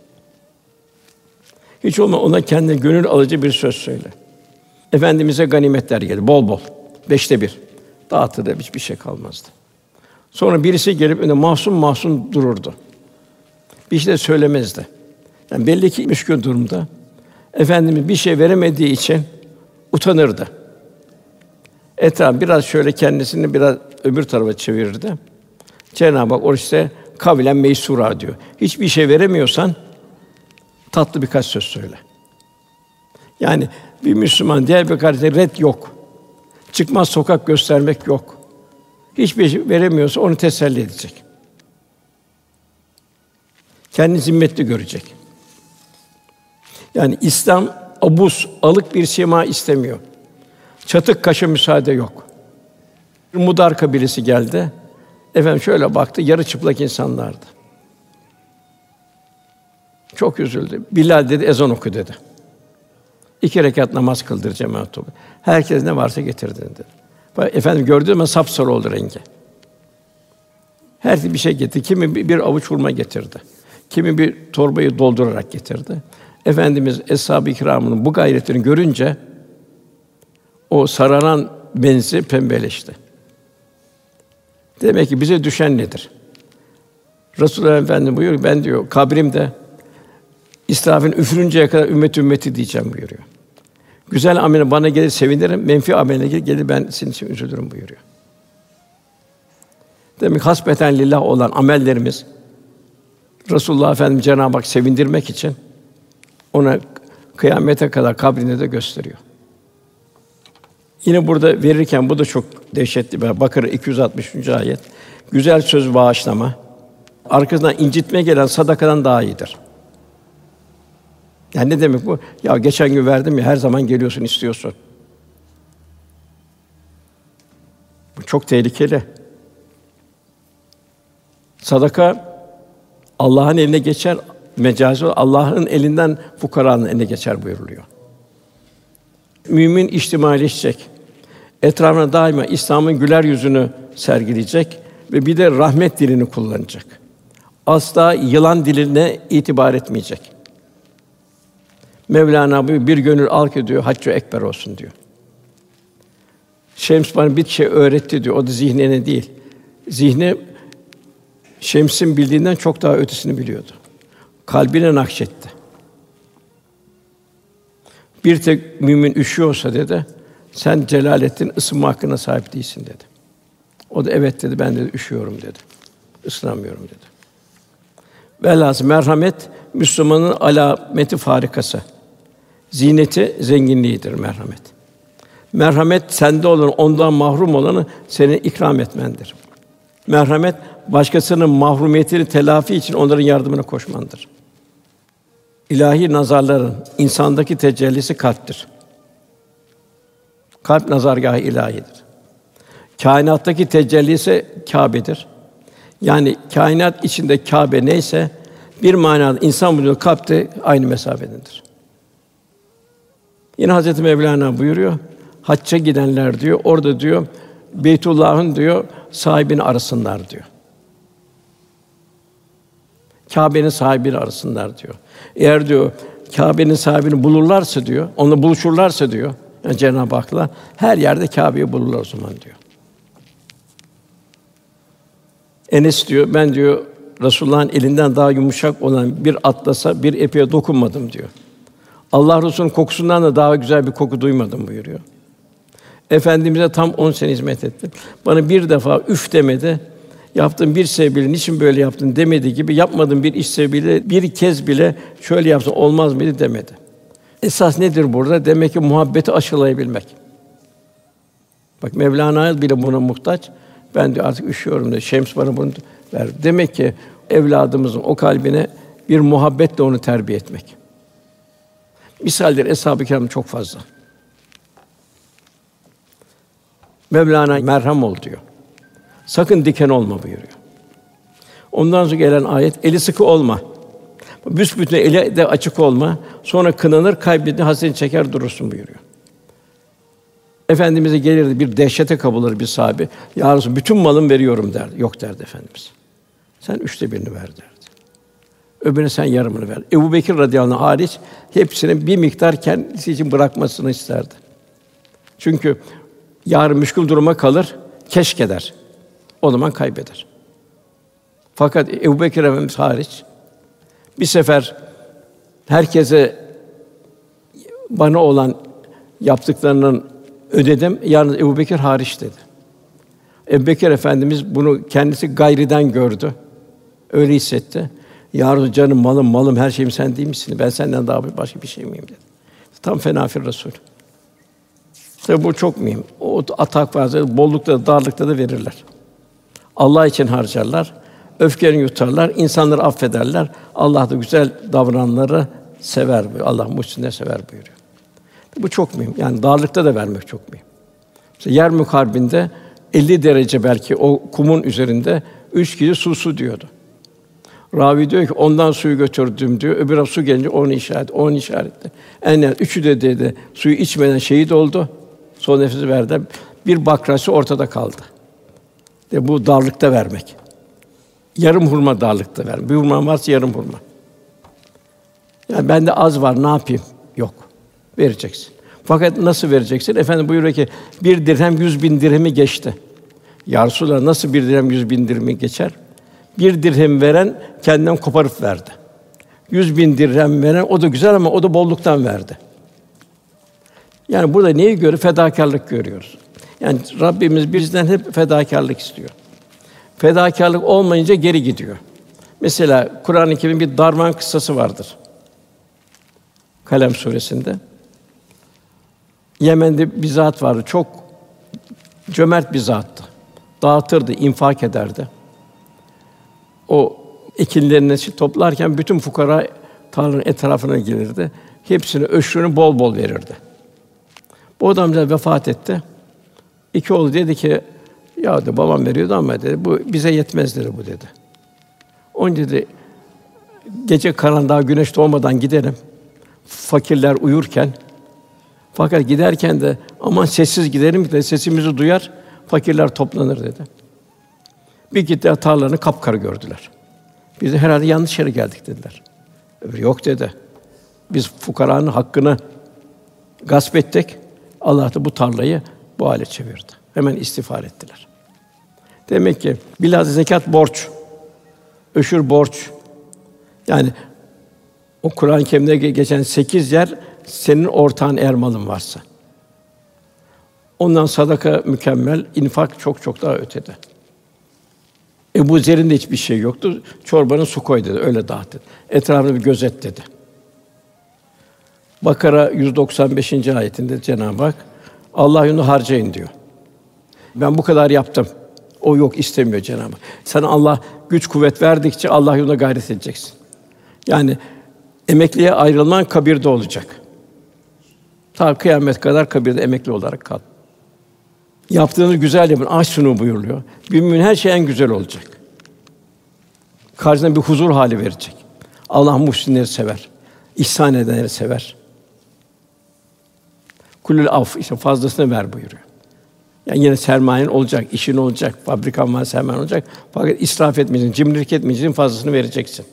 hiç olma ona kendine gönül alıcı bir söz söyle. Efendimize ganimetler geldi, bol bol, beşte bir. Dağıtırdı, hiçbir şey kalmazdı. Sonra birisi gelip önüne mahzun mahzun dururdu. Bir şey de söylemezdi. Yani belli ki müşkül durumda. Efendimiz bir şey veremediği için utanırdı. Etraf biraz şöyle kendisini biraz öbür tarafa çevirirdi. Cenab-ı Hak orada işte kavlen meysura diyor. Hiçbir şey veremiyorsan tatlı birkaç söz söyle. Yani bir Müslüman diğer bir kardeşe ret yok. Çıkmaz sokak göstermek yok. Hiçbir şey veremiyorsa onu teselli edecek. Kendini zimmetli görecek. Yani İslam abuz, alık bir sima istemiyor. Çatık kaşa müsaade yok. Bir Mudar kabilesi geldi. Efendim şöyle baktı, yarı çıplak insanlardı. Çok üzüldü. Bilal dedi, ezan oku dedi. İki rekat namaz kıldır cemaat topu. Herkes ne varsa getirdin dedi. Bak, efendim gördüğü zaman sapsarı oldu rengi. Herkes bir şey getirdi. Kimi bir avuç hurma getirdi. Kimi bir torbayı doldurarak getirdi. Efendimiz eshab-ı kiramın bu gayretini görünce o sararan benzi pembeleşti. Demek ki bize düşen nedir? Resulullah Efendimiz buyuruyor, ben diyor kabrimde İsrafil üfürünceye kadar ümmet ümmeti diyeceğim buyuruyor. Güzel amele bana gelir sevinirim, menfi amele gelir, gelir ben senin için üzülürüm buyuruyor. Demek ki hasbeten lillah olan amellerimiz Resulullah Efendimiz Cenab-ı Hak sevindirmek için ona kıyamete kadar kabrinde de gösteriyor. Yine burada verirken bu da çok dehşetli bir Bakara iki yüz altmış üçüncü ayet. Güzel söz bağışlama, arkasından incitme gelen sadakadan daha iyidir. Yani ne demek bu? Ya geçen gün verdim ya, her zaman geliyorsun, istiyorsun. Bu çok tehlikeli. Sadaka Allah'ın eline geçer, mecazi Allah'ın elinden fukaranın eline geçer buyuruluyor. Mümin içtimaileşecek. Etrafına daima İslam'ın güler yüzünü sergileyecek ve bir de rahmet dilini kullanacak. Asla yılan diline itibar etmeyecek. Mevlana buyuruyor, bir gönül alk ediyor, haccı ekber olsun diyor. Şems bana bir şey öğretti diyor. O da zihnine değil. Zihni Şems'in bildiğinden çok daha ötesini biliyordu. Kalbine nakşetti. Bir tek mümin üşüyorsa dedi, sen Celaleddin ısınma hakkına sahip değilsin dedi. O da evet dedi, ben de üşüyorum dedi. Isınamıyorum dedi. Velhâsıl merhamet Müslümanın alameti farikası. Zineti zenginliğidir merhamet. Merhamet sende olan, ondan mahrum olanı senin ikram etmendir. Merhamet başkasının mahrumiyetini telafi için onların yardımına koşmandır. İlahi nazarların insandaki tecellisi kalptir. Kalp nazargâh-ı ilahidir. Kainattaki tecellisi Kâbe'dir. Yani kainat içinde Kâbe neyse bir manada insan vücudu kalp de aynı mesafededir. Yine Hazreti Mevlana buyuruyor. Hacca gidenler diyor, orada diyor Beytullah'ın diyor sahibini arasınlar diyor. Kâbe'nin sahibini arasınlar diyor. Eğer diyor Kâbe'nin sahibini bulurlarsa diyor, onunla buluşurlarsa diyor, yani Cenab-ı Hak'la her yerde Kâbe'yi bulurlar o zaman diyor. Enes diyor, ben diyor Resulullah'ın elinden daha yumuşak olan bir atlasa, bir ipeğe dokunmadım diyor. Allah Resulü'nün kokusundan da daha güzel bir koku duymadım buyuruyor. Efendimize tam on sene hizmet ettim. Bana bir defa üf demedi. Yaptığım bir sebebiyle niçin böyle yaptın demedi gibi, yapmadığım bir iş sebebiyle bir kez bile şöyle yapsın olmaz mıydı demedi. Esas nedir burada? Demek ki muhabbeti aşılayabilmek. Bak Mevlana bile buna muhtaç. Ben diyor artık üşüyorum diyor. Şems bana bunu ver. Demek ki evladımızın o kalbine bir muhabbetle onu terbiye etmek. Misalleri Eshab-ı Kiram çok fazla. Mevlana merhem ol diyor. Sakın diken olma buyuruyor. Ondan sonra gelen ayet eli sıkı olma. Büsbütün eli de açık olma. Sonra kınanır, kalbini hasret çeker durursun buyuruyor. Efendimize gelirdi bir dehşete kapılır bir sahabe. Ya Resulallah, bütün malımı veriyorum derdi. Yok derdi Efendimiz. Sen üçte birini ver derdi. Öbürüne sen yarımını ver. Ebubekir radıyallahu anh hariç hepsinin bir miktar kendisi için bırakmasını isterdi. Çünkü yarın müşkül duruma kalır, keşke der. O zaman kaybeder. Fakat Ebubekir Efendimiz hariç bir sefer herkese bana olan yaptıklarının ödedim, yalnız Ebubekir hariç dedi. Ebubekir Efendimiz bunu kendisi gayriden gördü. Öyle hissetti. Ya Resulallah, canım, malım, malım, her şeyim sen değil misin? Ben senden daha başka bir şey miyim dedi. Tam fenâfir Resul. Tabi bu çok mühim. O atak varsa bollukta da darlıkta da verirler. Allah için harcarlar, öfkelerini yutarlar, insanları affederler. Allah da güzel davrananları sever buyuruyor. Allah muhsinleri sever buyuruyor. Bu çok mühim. Yani darlıkta da vermek çok mühim. Mesela Yermük Harbi'nde elli derece belki o kumun üzerinde üç kişi su su diyordu. Ravi diyor ki ondan suyu götürdüm diyor. Öbür su gelince onu işaret, onu işaretti. En yani üçü de dedi suyu içmeden şehit oldu. Son nefesi verdi. Bir bakrası ortada kaldı. De bu darlıkta vermek. Yarım hurma darlıkta ver. Bir hurma varsa yarım hurma. Yani bende az var, ne yapayım? Yok. Vereceksin. Fakat nasıl vereceksin? Efendim buyuruyor ki bir dirhem yüz bin dirhemi geçti. Ya Resulallah, nasıl bir dirhem yüz bin dirhemi geçer? Bir dirhem veren kendinden koparıp verdi. Yüz bin dirhem veren o da güzel ama o da bolluktan verdi. Yani burada neyi görüyoruz? Fedakârlık görüyoruz. Yani Rabbimiz bizden hep fedakârlık istiyor. Fedakârlık olmayınca geri gidiyor. Mesela Kur'an-ı Kerim'in bir darman kıssası vardır. Kalem suresinde. Yemen'de bir zat vardı, çok cömert bir zattı. Dağıtırdı, infak ederdi. O ekinlerini toplarken bütün fukara tarlanın etrafına gelirdi. Hepsine öşrünü bol bol verirdi. Bu adam da vefat etti. İki oğlu dedi ki, ya dedi, babam veriyordu ama dedi, bu bize yetmez dedi bu dedi. Onun dedi, gece karanlığa güneş doğmadan gidelim. Fakirler uyurken, fakat giderken de aman sessiz gidelim de sesimizi duyar, fakirler toplanır dedi. Bir gittiler, tarlalarını kapkara gördüler. Biz de herhalde yanlış yere geldik dediler. Öbürü yok dedi. Biz fukaranın hakkını gasp ettik. Allah da bu tarlayı bu hale çevirdi. Hemen istiğfar ettiler. Demek ki bilhassa zekat borç, öşür borç. Yani o Kur'an-ı Kerim'de geçen sekiz yer senin ortağın eğer malın varsa. Ondan sadaka mükemmel, infak çok çok daha ötede. Ebu Zer'in de hiçbir şey yoktu. Çorbanın su koy dedi, öyle dağıt dedi. Etrafını bir gözet dedi. Bakara yüz doksan beşinci ayetinde Cenab-ı Hak Allah yolunda harcayın diyor. Ben bu kadar yaptım. O yok istemiyor Cenab-ı Hak. Sana Allah güç kuvvet verdikçe Allah yolunda gayret edeceksin. Yani emekliye ayrılman kabirde olacak. Ta kıyamet kadar kabirde emekli olarak kal. Yaptığını güzel yapın. Ahsinu buyuruluyor. Bir mümin her şey en güzel olacak. Karşısına bir huzur hali verecek. Allah muhsinleri sever. İhsan edenleri sever. Kullül af, işte fazlasını ver buyuruyor. Yani yine sermayen olacak, işin olacak, fabrikan var, sermayen olacak. Fakat israf etmeyeceksin, cimrilik etmeyeceksin, fazlasını vereceksin.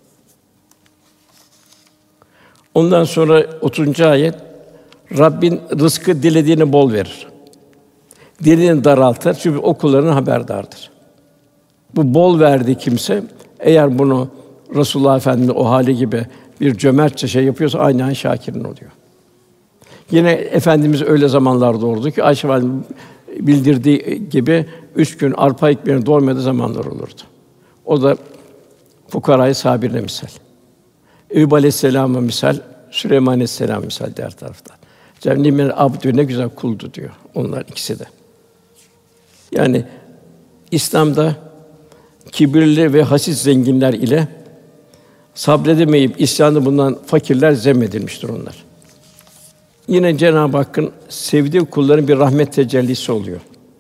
Ondan sonra otuzuncu ayet, Rabbin rızkı dilediğine bol verir. Dilediğini daraltır çünkü o kullarından haberdardır. Bu bol verdiği kimse eğer bunu Resulullah Efendimiz o hali gibi bir cömertçe şey yapıyorsa aynen şakirin oluyor. Yine Efendimiz öyle zamanlarda olurdu ki Ayşe Validemiz bildirdiği gibi üç gün arpa ekmeğini doymadığı zamanlar olurdu. O da fukarayı sabirine misal. Eyüp Aleyhisselam'a misal, Süleyman Aleyhisselam misal diğer taraftan. Cennet abdü ne güzel kuldu diyor. Onlar ikisi de. Yani İslam'da kibirli ve hasis zenginler ile sabredemeyip isyanı bulunan fakirler zemmedilmiştir onlar. Yine Cenab-ı Hakk'ın sevdiği kulların bir rahmet tecellisi oluyor.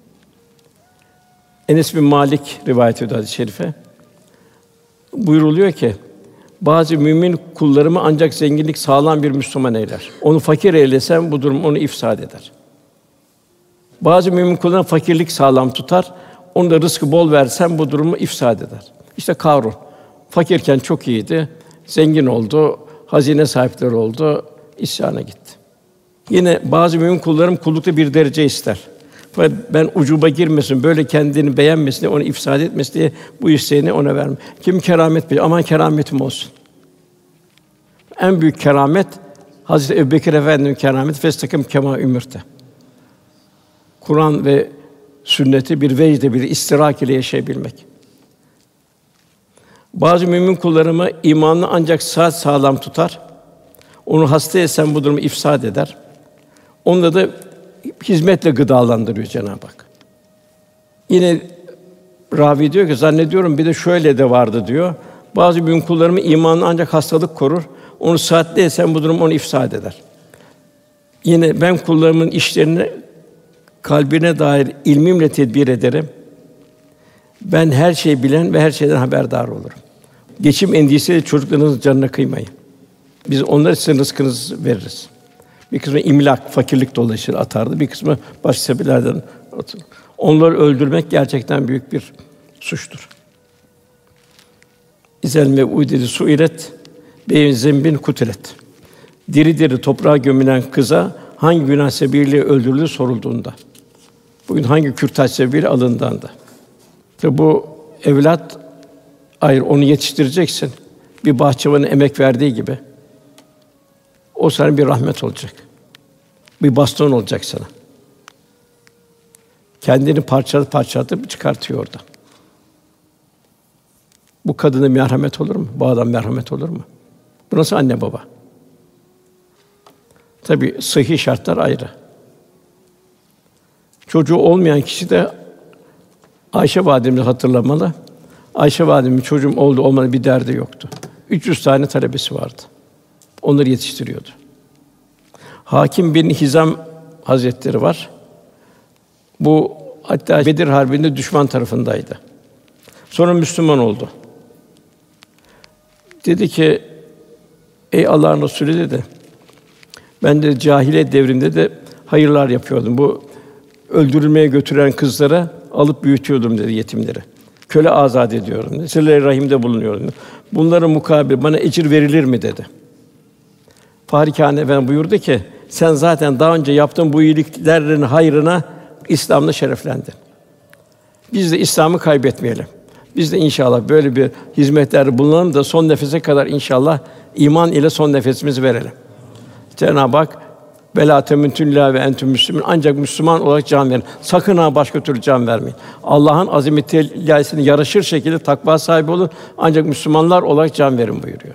Enes bin Malik rivayet ediyor hadis-i şerife. Buyruluyor ki bazı mümin kullarımı ancak zenginlik sağlam bir Müslüman eyler. Onu fakir eylesem bu durum onu ifsad eder. Bazı mümin kullarına fakirlik sağlam tutar. Onu da rızkı bol versem bu durumu ifsad eder. İşte Kârun fakirken çok iyiydi. Zengin oldu, hazine sahipleri oldu, isyana gitti. Yine bazı mümin kullarım kullukta bir derece ister. Fakat ben ucuba girmesin, böyle kendini beğenmesin diye, onu ifsad etmesin diye bu isteğini ona vermem. Kim keramet biliyor, aman kerametim olsun. En büyük keramet Hazreti Ebubekir Efendimiz'in kerameti festakim kema ümürte. Kur'an ve sünneti bir vecde, bir istirak ile yaşayabilmek. Bazı mümin kullarımı imanını ancak saat sağlam tutar. Onu hasta etsem bu durumu ifsad eder. Onunla da hizmetle gıdalandırıyor Cenab-ı Hak. Yine ravi diyor ki zannediyorum bir de şöyle de vardı diyor. Bazı mümin kullarımı imanını ancak hastalık korur. Onu saatli etsem bu durum onu ifsad eder. Yine ben kullarımın işlerini kalbine dair ilmimle tedbir ederim. Ben her şeyi bilen ve her şeyden haberdar olurum. Geçim endişesiyle çocuklarınızın canına kıymayın. Biz onlara sizin rızkınızı veririz. Bir kısmı imlak, fakirlik dolayısıyla atardı. Bir kısmı başka sebeplerden atır. Onları öldürmek gerçekten büyük bir suçtur. İzel mev'udeti suilet beyin zembin kutilet. Diri diri toprağa gömülen kıza hangi günah sebebiyle öldürüldü sorulduğunda. Bugün hangi kürtaj sebebiyle alındığında. Ve bu evlat ayrı onu yetiştireceksin. Bir bahçıvanın emek verdiği gibi. O sana bir rahmet olacak. Bir baston olacak sana. Kendini parçalatıp parçalatıp çıkartıyor orada. Bu kadına merhamet olur mu? Bu adam merhamet olur mu? Bu nasıl anne baba? Tabii sıhhi şartlar ayrı. Çocuğu olmayan kişi de Ayşe validemizi hatırlamalı. Ayşe validemiz çocuğum oldu olmadı bir derdi yoktu. üç yüz tane talebesi vardı. Onları yetiştiriyordu. Hakim bin Hizam Hazretleri var. Bu hatta Bedir Harbi'nde düşman tarafındaydı. Sonra Müslüman oldu. Dedi ki, ey Allah'ın Resulü dedi, ben de cahiliye devrinde de hayırlar yapıyordum. Bu öldürülmeye götüren kızlara alıp büyütüyordum dedi yetimleri. Köle azat ediyordum dedi. Sıle-i rahimde bulunuyordum. Bunlara mukabil bana ecir verilir mi dedi. Fahri Kâhîn Efendi buyurdu ki, sen zaten daha önce yaptığın bu iyiliklerin hayrına İslam'la şereflendin. Biz de İslam'ı kaybetmeyelim. Biz de inşallah böyle bir hizmetlerde bulunalım da son nefese kadar inşallah iman ile son nefesimizi verelim. Cenab-ı Hak belâ temûtûn illâ ve entüm müslümûn, ancak Müslüman olarak can verin. Sakın ha başka türlü can vermeyin. Allah'ın azameti ilâhisine yaraşır şekilde takva sahibi olun. Ancak Müslümanlar olarak can verin buyuruyor.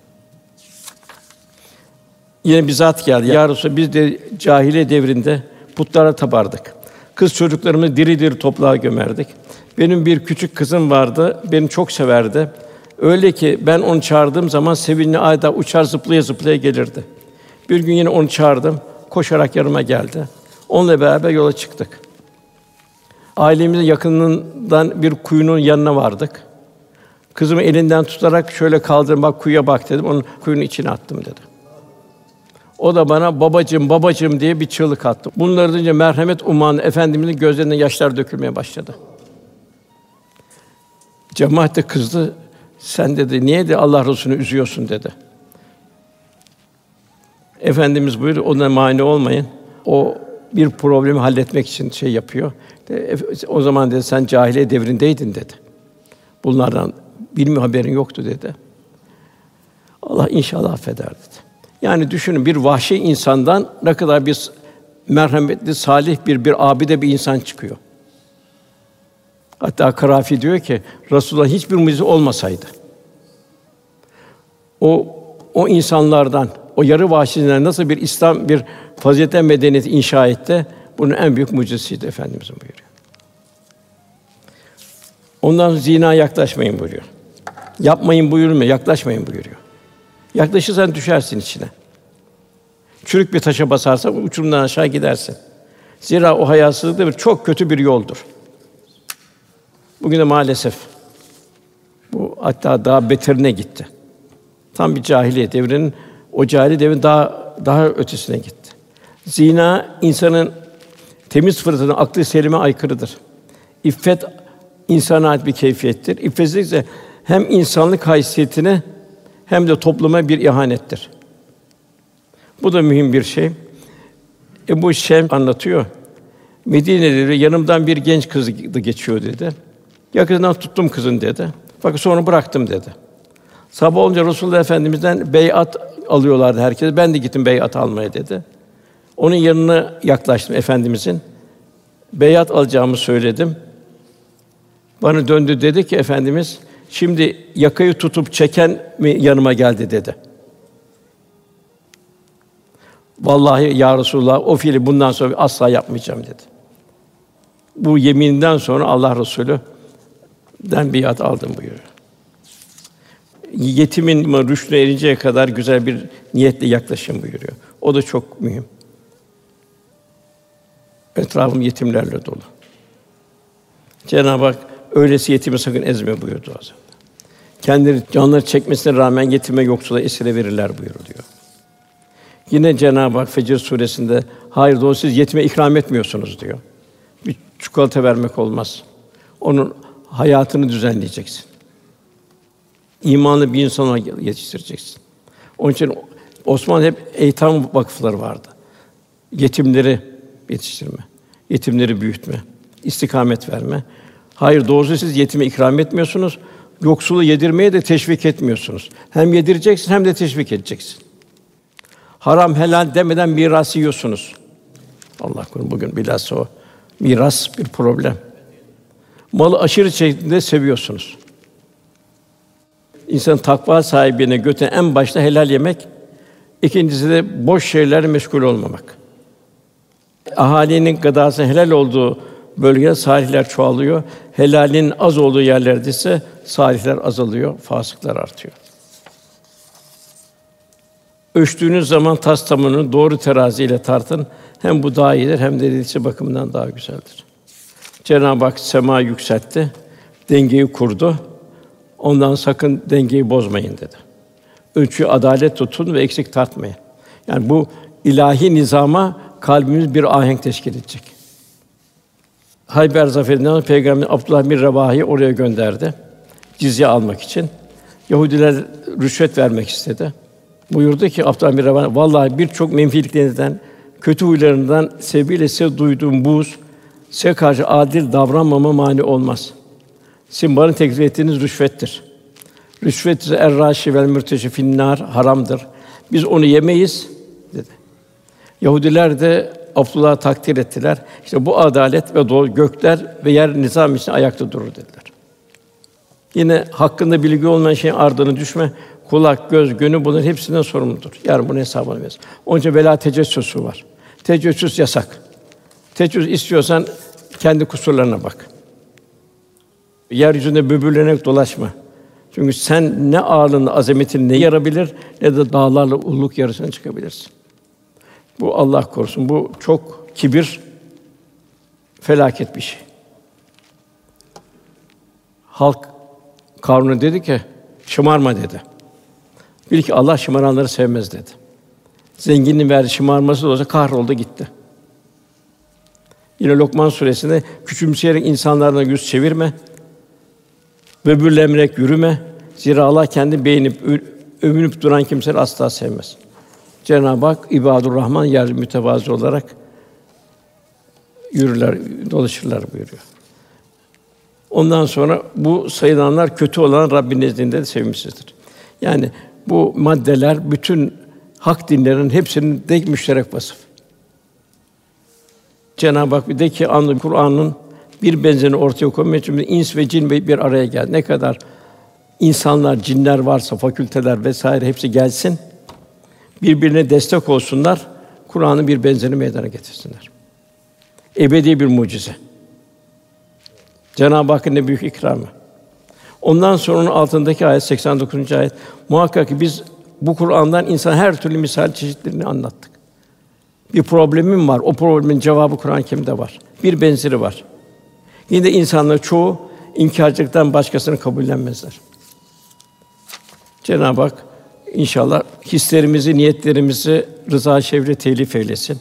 Yine bir zat geldi. Ya Resulallah, biz de cahiliye devrinde putlara tapardık. Kız çocuklarımızı diri diri toprağa gömerdik. Benim bir küçük kızım vardı, beni çok severdi. Öyle ki ben onu çağırdığım zaman sevinçle adeta uçar zıplaya zıplaya gelirdi. Bir gün yine onu çağırdım, koşarak yanıma geldi. Onunla beraber yola çıktık. Ailemizin yakınından bir kuyunun yanına vardık. Kızımı elinden tutarak şöyle kaldırdım, bak kuyuya bak dedim, onu kuyunun içine attım dedi. O da bana babacığım, babacığım diye bir çığlık attı. Bunları duyunca merhamet umman Efendimizin gözlerinden yaşlar dökülmeye başladı. Cemaat de kızdı. Sen dedi, niye de Allah Resulü'nü üzüyorsun dedi. Efendimiz buyurdu, ona mani olmayın. O bir problemi halletmek için şey yapıyor. O zaman dedi, sen cahiliye devrindeydin dedi. Bunlardan bilmiyor, haberin yoktu dedi. Allah inşallah affeder dedi. Yani düşünün, bir vahşi insandan ne kadar bir merhametli, salih bir bir abide bir insan çıkıyor. Hatta Karafi diyor ki Resulullah hiçbir mucize olmasaydı o o insanlardan, o yarı vahşilerden nasıl bir İslam, bir fazilet medeniyeti inşa etti, bunun en büyük mucizesiydi Efendimizin buyuruyor. Ondan sonra zina yaklaşmayın buyuruyor. Yapmayın buyurmuyor, yaklaşmayın buyuruyor. Yaklaşırsan düşersin içine. Çürük bir taşa basarsan uçurumdan aşağı gidersin. Zira o hayasızlık da bir çok kötü bir yoldur. Bugün de maalesef bu hatta daha beterine gitti. Tam bir cahiliye devrinin, o cahiliye devrin daha daha ötesine gitti. Zina insanın temiz fıtratına, aklı selime aykırıdır. İffet insana ait bir keyfiyettir. İffetsizlik ise hem insanlık haysiyetine hem de topluma bir ihanettir. Bu da mühim bir şey. Ebu Şem anlatıyor. Medine'de yanımdan bir genç kız geçiyor dedi. Yakından tuttum kızın dedi. Fakat sonra bıraktım dedi. Sabah olunca Resulullah Efendimiz'den beyat alıyorlardı herkes. Ben de gittim beyat almaya dedi. Onun yanına yaklaştım Efendimiz'in. Beyat alacağımı söyledim. Bana döndü dedi ki Efendimiz, şimdi yakayı tutup çeken mi yanıma geldi dedi. Vallahi ya Resulullah, o fiili bundan sonra asla yapmayacağım dedi. Bu yeminden sonra Allah Resulü'den biat aldım buyuruyor. Yetimin rüştüne erinceye kadar güzel bir niyetle yaklaşın buyuruyor. O da çok mühim. Etrafım yetimlerle dolu. Cenab-ı Hak öylesi yetimi sakın ezme buyurdu o zaman. Kendileri canları çekmesine rağmen yetime yoksula esire verirler buyuruluyor. Yine Cenab-ı Hak Fecr suresinde hayır doğru siz yetime ikram etmiyorsunuz diyor. Bir çikolata vermek olmaz. Onun hayatını düzenleyeceksin. İmanlı bir insana yetiştireceksin. Onun için Osmanlı hep eğitim vakıfları vardı. Yetimleri yetiştirme, yetimleri büyütme, istikamet verme. Hayır doğrusu siz yetime ikram etmiyorsunuz. Yoksulu yedirmeye de teşvik etmiyorsunuz. Hem yedireceksin hem de teşvik edeceksin. Haram helal demeden miras yiyorsunuz. Allah korusun, bugün bilhassa o miras bir problem. Malı aşırı şekilde seviyorsunuz. İnsanın takva sahibine götüren en başta helal yemek, ikincisi de boş şeylerle meşgul olmamak. ahalinin gıdası helal olduğu bölgede salihler çoğalıyor. Helalin az olduğu yerlerde ise salihler azalıyor, fasıklar artıyor. Ölçtüğünüz zaman tas tamını doğru teraziyle tartın. Hem bu daha iyidir hem de edilisi bakımından daha güzeldir. Cenab-ı Hak sema yükseltti, dengeyi kurdu. Ondan sakın dengeyi bozmayın dedi. Ölçüyü adalet tutun ve eksik tartmayın. Yani bu ilahi nizama kalbimiz bir ahenk teşkil edecek. Hayber zaferinden sonra Peygamber Abdullah bin Revahi'yi oraya gönderdi. Cizye almak için. Yahudiler rüşvet vermek istedi. Buyurdu ki Abdullah bin Revahi, vallahi birçok menfiliklerinden, kötü huylarından sebebiyle size duyduğum buğz, size karşı adil davranmama mani olmaz. Sizin bana teklif ettiğiniz rüşvettir. Rüşvet ise er-râşi vel mürteşi finnâr haramdır. Biz onu yemeyiz dedi. Yahudiler de Abdullah'ı takdir ettiler. İşte bu adalet ve doğru gökler ve yer nizam için ayakta durur dediler. Yine hakkında bilgi olmayan şeyin ardına düşme. Kulak, göz, gönül bunların hepsinden sorumludur. Yarın bunun hesabını verir. Onun için vela tecessüsü var. Tecessüs yasak. Tecessüs istiyorsan kendi kusurlarına bak. Yeryüzünde böbürlenerek dolaşma. Çünkü sen ne ağırlığın, azametin ne yarabilir ne de dağlarla ulluk yarışına çıkabilirsin. Bu Allah korusun. Bu çok kibir, felaket bir şey. Halk Karun'a dedi ki, şımarma dedi. Bil ki Allah şımaranları sevmez dedi. Zenginin verdiği şımarması da olsa kahroldu gitti. Yine Lokman suresinde küçümseyerek insanlardan yüz çevirme, böbürlenerek yürüme. Zira Allah kendi beğenip övünüp duran kimseleri asla sevmez. Cenab-ı Hak İbadur Rahman yer mütevazı olarak yürürler, dolaşırlar buyuruyor. Ondan sonra bu sayılanlar kötü olan Rabbin nezdinde de sevimsizdir. Yani bu maddeler bütün hak dinlerinin hepsinin de müşterek vasıf. Cenab-ı Hak bir de ki anlı Kur'an'ın bir benzerini ortaya koymak için ins ve cin bir araya geldi. Ne kadar insanlar, cinler varsa, fakülteler vesaire hepsi gelsin. Birbirine destek olsunlar. Kur'an'ın bir benzerini meydana getirsinler. Ebedi bir mucize. Cenab-ı Hakk'ın ne büyük ikramı. Ondan sonra onun altındaki ayet seksen dokuzuncu ayet. Muhakkak ki biz bu Kur'an'dan insan her türlü misal çeşitlerini anlattık. Bir problemim var. O problemin cevabı Kur'an-ı Kerim'de var. Bir benzeri var. Yine de insanlar çoğu inkârcılıktan başkasını kabullenmezler. Cenab-ı Hak inşallah hislerimizi, niyetlerimizi rıza-i şevre telif eylesin.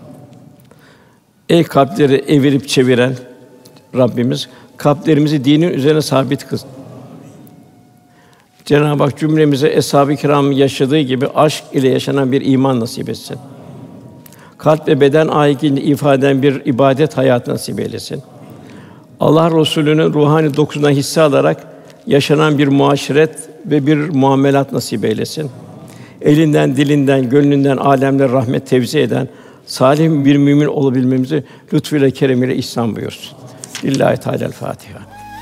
Ey kalpleri evirip çeviren Rabbimiz, kalplerimizi dinin üzerine sabit kıl. Cenab-ı Hak cümlemize eshab-ı kiramın yaşadığı gibi aşk ile yaşanan bir iman nasip etsin. Kalp ve beden ahengiyle ifade eden bir ibadet hayatı nasip eylesin. Allah Resulü'nün ruhani dokusundan hisse alarak yaşanan bir muaşeret ve bir muamelat nasip eylesin. Elinden, dilinden, gönlünden âlemlere rahmet tevzi eden salih bir mümin olabilmemizi lütfuyla, keremiyle ihsan buyursun. Lillahi Teâlâ Fâtiha.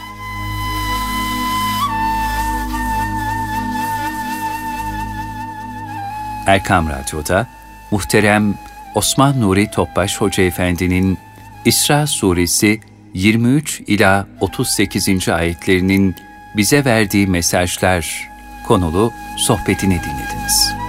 Erkam Radyo'da muhterem Osman Nuri Topbaş Hoca Efendi'nin İsra Suresi yirmi üç ila otuz sekizinci ayetlerinin bize verdiği mesajlar konulu sohbetini dinlediniz.